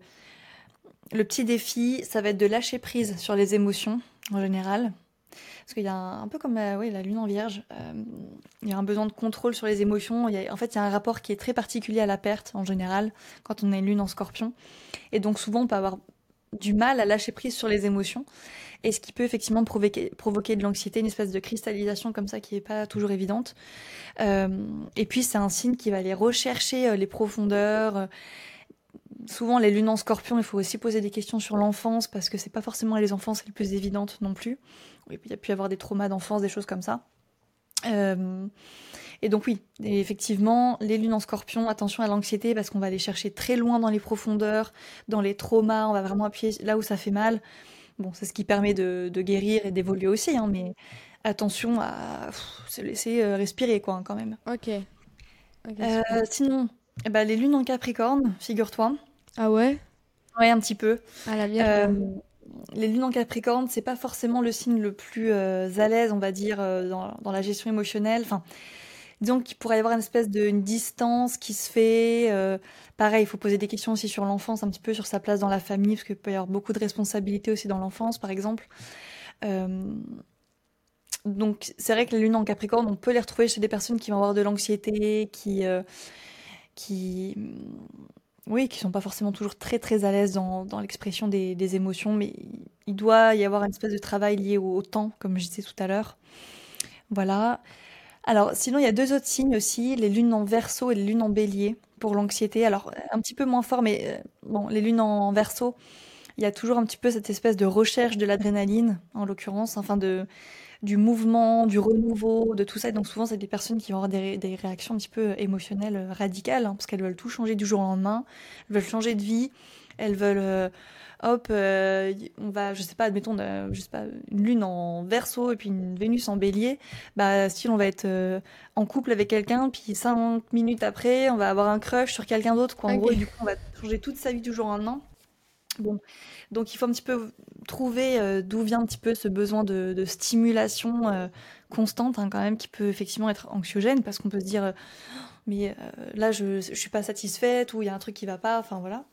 le petit défi, ça va être de lâcher prise sur les émotions, en général. Parce qu'il y a un, un peu comme euh, oui, la lune en vierge, euh, il y a un besoin de contrôle sur les émotions. Il y a, en fait, il y a un rapport qui est très particulier à la perte, en général, quand on a une lune en scorpion. Et donc souvent, on peut avoir du mal à lâcher prise sur les émotions, et ce qui peut effectivement provoquer, provoquer de l'anxiété, une espèce de cristallisation comme ça qui n'est pas toujours évidente. Euh, et puis c'est un signe qui va aller rechercher euh, les profondeurs. Euh, souvent les lunes en scorpion, il faut aussi poser des questions sur l'enfance, parce que c'est pas forcément les enfances les plus évidentes non plus. Et puis il y a pu y avoir des traumas d'enfance, des choses comme ça. Euh, et donc oui, et effectivement, les lunes en scorpion, attention à l'anxiété parce qu'on va aller chercher très loin dans les profondeurs, dans les traumas, on va vraiment appuyer là où ça fait mal. Bon, c'est ce qui permet de, de guérir et d'évoluer aussi, hein, mais attention à pff, se laisser euh, respirer quoi, hein, quand même. Ok. Ok, Euh, super. sinon, eh ben, les lunes en Capricorne, figure-toi. Ah ouais? Ouais, un petit peu. À la mienne, Euh, quoi. les lunes en Capricorne, c'est pas forcément le signe le plus euh, à l'aise, on va dire, euh, dans, dans la gestion émotionnelle. Enfin, disons qu'il pourrait y avoir une espèce de une distance qui se fait. euh, pareil, il faut poser des questions aussi sur l'enfance, un petit peu sur sa place dans la famille, parce qu'il peut y avoir beaucoup de responsabilités aussi dans l'enfance, par exemple. Euh, donc, c'est vrai que les lunes en Capricorne, on peut les retrouver chez des personnes qui vont avoir de l'anxiété, qui, euh, qui, oui, qui sont pas forcément toujours très très à l'aise dans, dans l'expression des, des émotions, mais il doit y avoir une espèce de travail lié au, au temps, comme je disais tout à l'heure. Voilà. Alors, sinon, il y a deux autres signes aussi, les lunes en Verseau et les lunes en Bélier pour l'anxiété. Alors, un petit peu moins fort, mais euh, bon, les lunes en Verseau, il y a toujours un petit peu cette espèce de recherche de l'adrénaline, en l'occurrence, enfin de du mouvement, du renouveau, de tout ça. Donc souvent, c'est des personnes qui vont avoir des, ré- des réactions un petit peu émotionnelles euh, radicales, hein, parce qu'elles veulent tout changer du jour au lendemain, elles veulent changer de vie, elles veulent, euh, hop, euh, y- on va, je sais pas, admettons, euh, je sais pas, une lune en Verseau et puis une Vénus en Bélier, bah style, on va être euh, en couple avec quelqu'un, puis cinq minutes après, on va avoir un crush sur quelqu'un d'autre, quoi, en gros, et Ok. du coup, on va changer toute sa vie du jour au lendemain. Bon, donc il faut un petit peu trouver euh, d'où vient un petit peu ce besoin de, de stimulation euh, constante, hein, quand même, qui peut effectivement être anxiogène, parce qu'on peut se dire, euh, mais euh, là, je, je suis pas satisfaite, ou il y a un truc qui va pas, enfin voilà.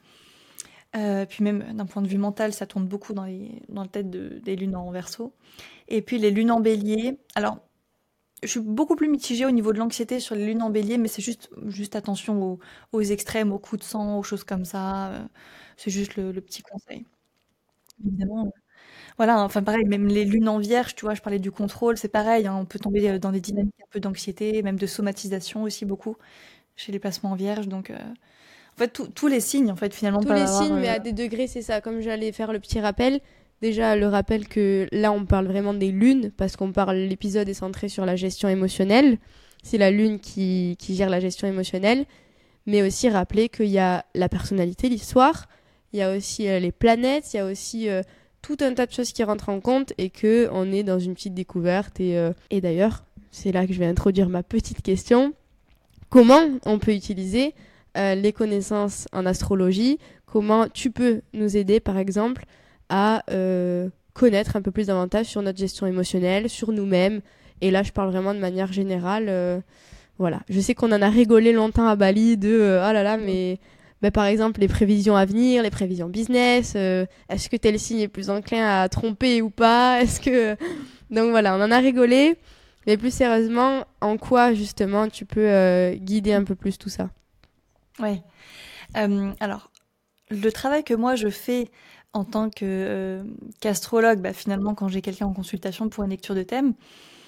Euh, puis même d'un point de vue mental, ça tourne beaucoup dans les, dans la tête de- des lunes en Verseau. Et puis les lunes en Bélier. Alors, je suis beaucoup plus mitigée au niveau de l'anxiété sur les lunes en Bélier, mais c'est juste, juste attention aux, aux extrêmes, aux coups de sang, aux choses comme ça. euh, c'est juste le, le petit conseil. Évidemment. euh, Voilà, hein, enfin pareil, même les lunes en Vierge, tu vois, je parlais du contrôle, c'est pareil, hein, on peut tomber euh, dans des dynamiques un peu d'anxiété, même de somatisation aussi beaucoup chez les placements en Vierge. Donc, euh, en fait, tous tous les signes, en fait, finalement, Tous peuvent les avoir. signes, mais euh, à des degrés, c'est ça. Comme j'allais faire le petit rappel, déjà le rappel que là, on parle vraiment des lunes, parce qu'on parle, l'épisode est centré sur la gestion émotionnelle. C'est la lune qui, qui gère la gestion émotionnelle. Mais aussi rappeler qu'il y a la personnalité, l'histoire, il y a aussi euh, les planètes, il y a aussi euh, tout un tas de choses qui rentrent en compte et qu'on est dans une petite découverte. Et, euh, et d'ailleurs, c'est là que je vais introduire ma petite question. Comment on peut utiliser euh, les connaissances en astrologie? Comment tu peux nous aider, par exemple, à euh, connaître un peu plus davantage sur notre gestion émotionnelle, sur nous-mêmes? Et là, je parle vraiment de manière générale. euh, voilà. Je sais qu'on en a rigolé longtemps à Bali de euh, oh là là, mais bah, par exemple, les prévisions à venir, les prévisions business, euh, est-ce que tel signe est plus enclin à tromper ou pas? Est-ce que. Donc voilà, on en a rigolé. Mais plus sérieusement, en quoi justement tu peux euh, guider un peu plus tout ça? Ouais. Euh, alors, le travail que moi je fais en tant que, euh, qu'astrologue, bah, finalement, quand j'ai quelqu'un en consultation pour une lecture de thème,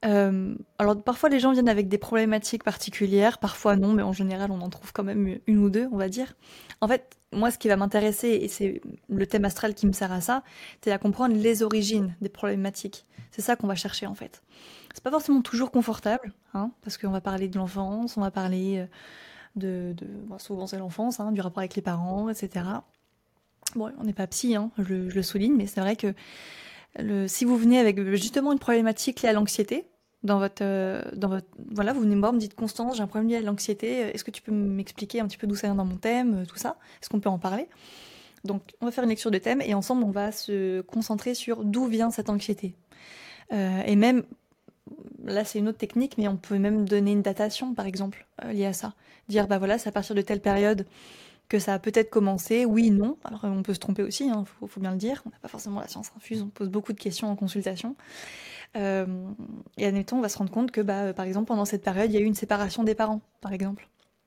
Euh, alors parfois les gens viennent avec des problématiques particulières, parfois non, mais en général on en trouve quand même une ou deux, on va dire. En fait, moi ce qui va m'intéresser, et c'est le thème astral qui me sert à ça, c'est à comprendre les origines des problématiques. C'est ça qu'on va chercher en fait. C'est pas forcément toujours confortable, hein, parce qu'on va parler de l'enfance, on va parler euh, de... de bon, souvent c'est l'enfance, hein, du rapport avec les parents, et cetera. Bon, on n'est pas psy, hein, je, je le souligne, mais c'est vrai que le, si vous venez avec justement une problématique liée à l'anxiété, dans votre, euh, dans votre, voilà, vous venez me voir, me dites Constance, j'ai un problème lié à l'anxiété, est-ce que tu peux m'expliquer un petit peu d'où ça vient dans mon thème, tout ça? Est-ce qu'on peut en parler? Donc, on va faire une lecture de thème et ensemble, on va se concentrer sur d'où vient cette anxiété. Euh, et même, là, c'est une autre technique, mais on peut même donner une datation, par exemple, euh, liée à ça. Dire, bah voilà, c'est à partir de telle période que ça a peut-être commencé, oui, non. Alors, on peut se tromper aussi, il hein, faut, faut bien le dire. On n'a pas forcément la science infuse, on pose beaucoup de questions en consultation. Euh, et admettons, on va se rendre compte que, bah, par exemple, pendant cette période, il y a eu une séparation des parents, par exemple.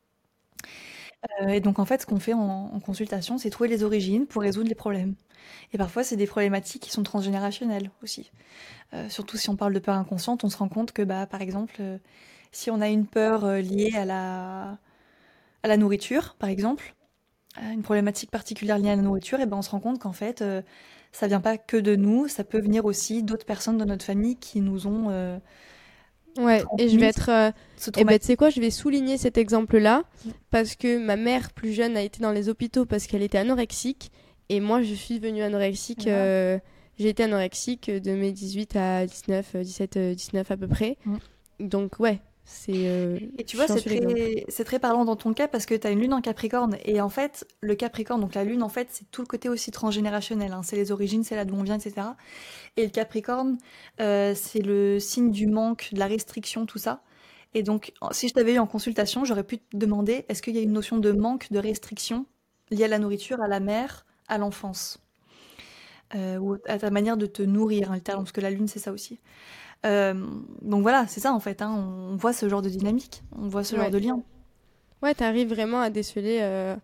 Euh, et donc, en fait, ce qu'on fait en, en consultation, c'est trouver les origines pour résoudre les problèmes. Et parfois, c'est des problématiques qui sont transgénérationnelles aussi. Euh, surtout si on parle de peur inconsciente, on se rend compte que, bah, par exemple, euh, si on a une peur euh, liée à la, à la nourriture, par exemple, euh, une problématique particulière liée à la nourriture, et ben on se rend compte qu'en fait, euh, ça vient pas que de nous, ça peut venir aussi d'autres personnes de notre famille qui nous ont euh, Ouais, et je vais transmis être. euh, ce Eh ben, tu traumatisme. sais quoi, je vais souligner cet exemple-là parce que ma mère plus jeune a été dans les hôpitaux parce qu'elle était anorexique et moi je suis devenue anorexique. Voilà. euh, J'ai été anorexique de mes dix-huit à dix-neuf, euh, dix-sept, euh, dix-neuf à peu près. Mm. Donc, ouais, c'est. euh, Et tu vois, j'en c'est suis l'exemple. très, c'est très parlant dans ton cas parce que tu as une lune en Capricorne. Et en fait, le Capricorne, donc la lune, en fait, c'est tout le côté aussi transgénérationnel, hein. C'est les origines, c'est là d'où on vient, et cetera. Et le Capricorne, euh, c'est le signe du manque, de la restriction, tout ça. Et donc, en- si je t'avais eu en consultation, j'aurais pu te demander, est-ce qu'il y a une notion de manque, de restriction liée à la nourriture, à la mère, à l'enfance, euh, ou à ta manière de te nourrir, hein, littéralement, parce que la lune, c'est ça aussi. Euh, donc voilà, c'est ça en fait, hein, on voit ce genre de dynamique, on voit ce genre Ouais, de lien. ouais, t'arrives vraiment à déceler. euh,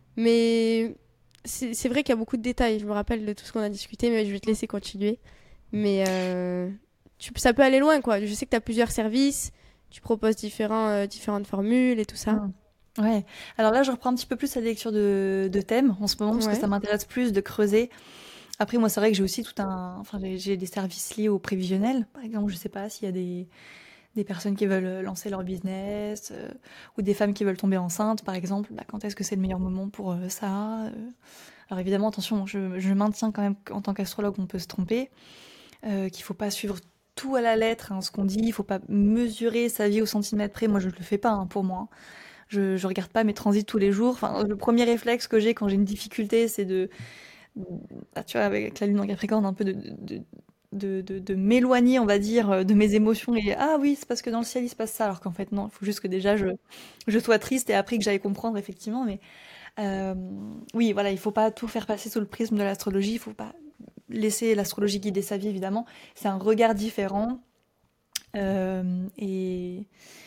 Mais c'est c'est vrai qu'il y a beaucoup de détails. Je me rappelle de tout ce qu'on a discuté, mais je vais te laisser continuer. Mais euh, tu- ça peut aller loin, quoi. Je sais que tu as plusieurs services, tu proposes différents, euh, différentes formules et tout ça. Mm. Ouais, alors là je reprends un petit peu plus la lecture de, de thèmes en ce moment parce que Ouais, ça m'intéresse plus de creuser. Après moi c'est vrai que j'ai aussi tout un... Enfin j'ai j'ai des services liés au prévisionnel, par exemple je sais pas s'il y a des, des personnes qui veulent lancer leur business euh, ou des femmes qui veulent tomber enceintes par exemple, bah, quand est-ce que c'est le meilleur moment pour euh, ça euh. Alors évidemment attention, je, je maintiens quand même qu'en tant qu'astrologue on peut se tromper, euh, qu'il faut pas suivre tout à la lettre, hein, ce qu'on dit, il faut pas mesurer sa vie au centimètre près, moi je le fais pas hein, pour moi. Je, je regarde pas mes transits tous les jours. Enfin, le premier réflexe que j'ai quand j'ai une difficulté, c'est de, ah, tu vois, avec la lune en Capricorne, un peu de, de, de, de- de m'éloigner, on va dire, de mes émotions et ah oui, c'est parce que dans le ciel il se passe ça, alors qu'en fait non, il faut juste que déjà je, je sois triste et après que j'aille comprendre effectivement. Mais euh, oui, voilà, il faut pas tout faire passer sous le prisme de l'astrologie, il faut pas laisser l'astrologie guider sa vie évidemment. C'est un regard différent euh, et,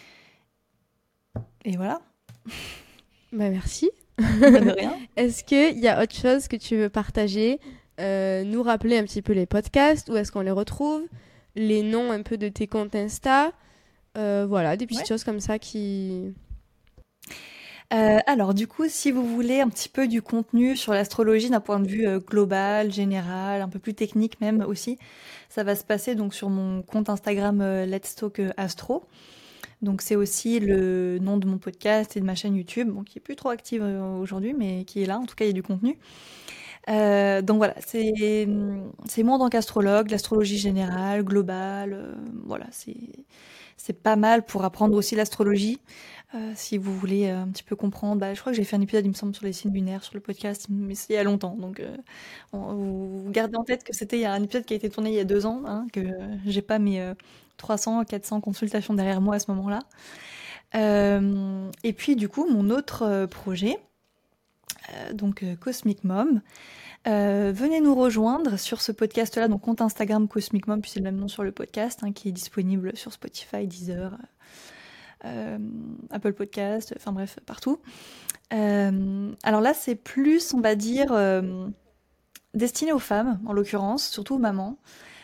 et voilà. bah merci. Bah, de rien. Est-ce qu'il y a autre chose que tu veux partager, euh, nous rappeler un petit peu les podcasts, où est-ce qu'on les retrouve, les noms un peu de tes comptes Insta, euh, voilà, des petites Ouais. choses comme ça qui... Euh, alors du coup, si vous voulez un petit peu du contenu sur l'astrologie d'un point de vue euh, global, général, un peu plus technique même aussi, ça va se passer donc sur mon compte Instagram euh, Let's Talk euh, Astro. Donc c'est aussi le nom de mon podcast et de ma chaîne YouTube, bon, qui est plus trop active euh, aujourd'hui, mais qui est là. En tout cas, il y a du contenu. Euh, donc voilà, c'est c'est moi en tant qu'astrologue, l'astrologie générale, globale, euh, voilà, c'est c'est pas mal pour apprendre aussi l'astrologie. Euh, si vous voulez euh, un petit peu comprendre, bah, je crois que j'ai fait un épisode, il me semble, sur les signes lunaires sur le podcast, mais c'est il y a longtemps. Donc euh, on- vous, vous gardez en tête que c'était il y a un épisode qui a été tourné il y a deux ans, hein, que euh, j'ai pas mes euh, trois cents, quatre cents consultations derrière moi à ce moment-là. Euh, et puis du coup, mon autre euh, projet, euh, donc euh, Cosmic Mom. Euh, venez nous rejoindre sur ce podcast-là, donc compte Instagram Cosmic Mom, puis c'est le même nom sur le podcast, hein, qui est disponible sur Spotify, Deezer, euh, Apple Podcast, enfin bref, partout. Euh, alors là, c'est plus, on va dire, euh, destiné aux femmes, en l'occurrence, surtout aux mamans.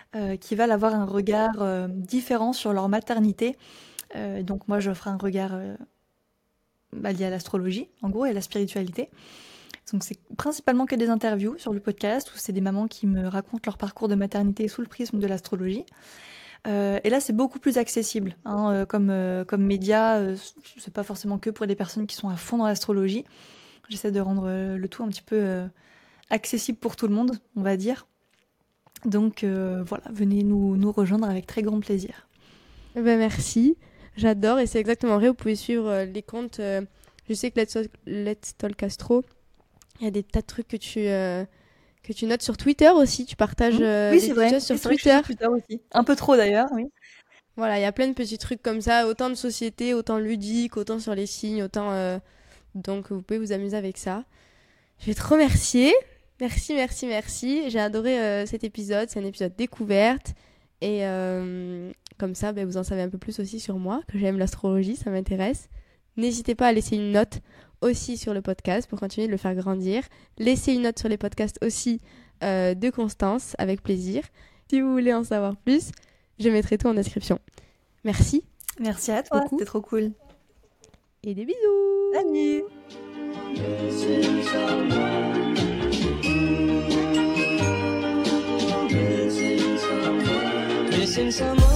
euh, qui veulent avoir un regard euh, différent sur leur maternité. Euh, donc moi, j'offre un regard euh, bah, lié à l'astrologie, en gros, et à la spiritualité. Donc c'est principalement que des interviews sur le podcast où c'est des mamans qui me racontent leur parcours de maternité sous le prisme de l'astrologie. Euh, et là, c'est beaucoup plus accessible hein, euh, comme, euh, comme média. Euh, c'est pas forcément que pour des personnes qui sont à fond dans l'astrologie. J'essaie de rendre euh, le tout un petit peu euh, accessible pour tout le monde, on va dire. Donc euh, voilà, venez nous, nous rejoindre avec très grand plaisir. Ben merci, j'adore et c'est exactement vrai. Vous pouvez suivre euh, les comptes. Euh, je sais que Let's, Let's Talk Astro, il y a des tas de trucs que tu, euh, que tu notes sur Twitter aussi. Tu partages euh, oui, des c'est vrai. choses sur c'est vrai Twitter. sur Twitter aussi. Un peu trop d'ailleurs, oui. Voilà, il y a plein de petits trucs comme ça, autant de société, autant ludique, autant sur les signes, autant... Euh... Donc vous pouvez vous amuser avec ça. Je vais te remercier. Merci, merci, merci. J'ai adoré euh, cet épisode. C'est un épisode découverte. Et euh, comme ça, ben, vous en savez un peu plus aussi sur moi, que j'aime l'astrologie, ça m'intéresse. N'hésitez pas à laisser une note aussi sur le podcast pour continuer de le faire grandir. Laissez une note sur les podcasts aussi euh, de Constance, avec plaisir. Si vous voulez en savoir plus, je mettrai tout en description. Merci. Merci à toi, c'était trop cool. Et des bisous. Salut. Missing someone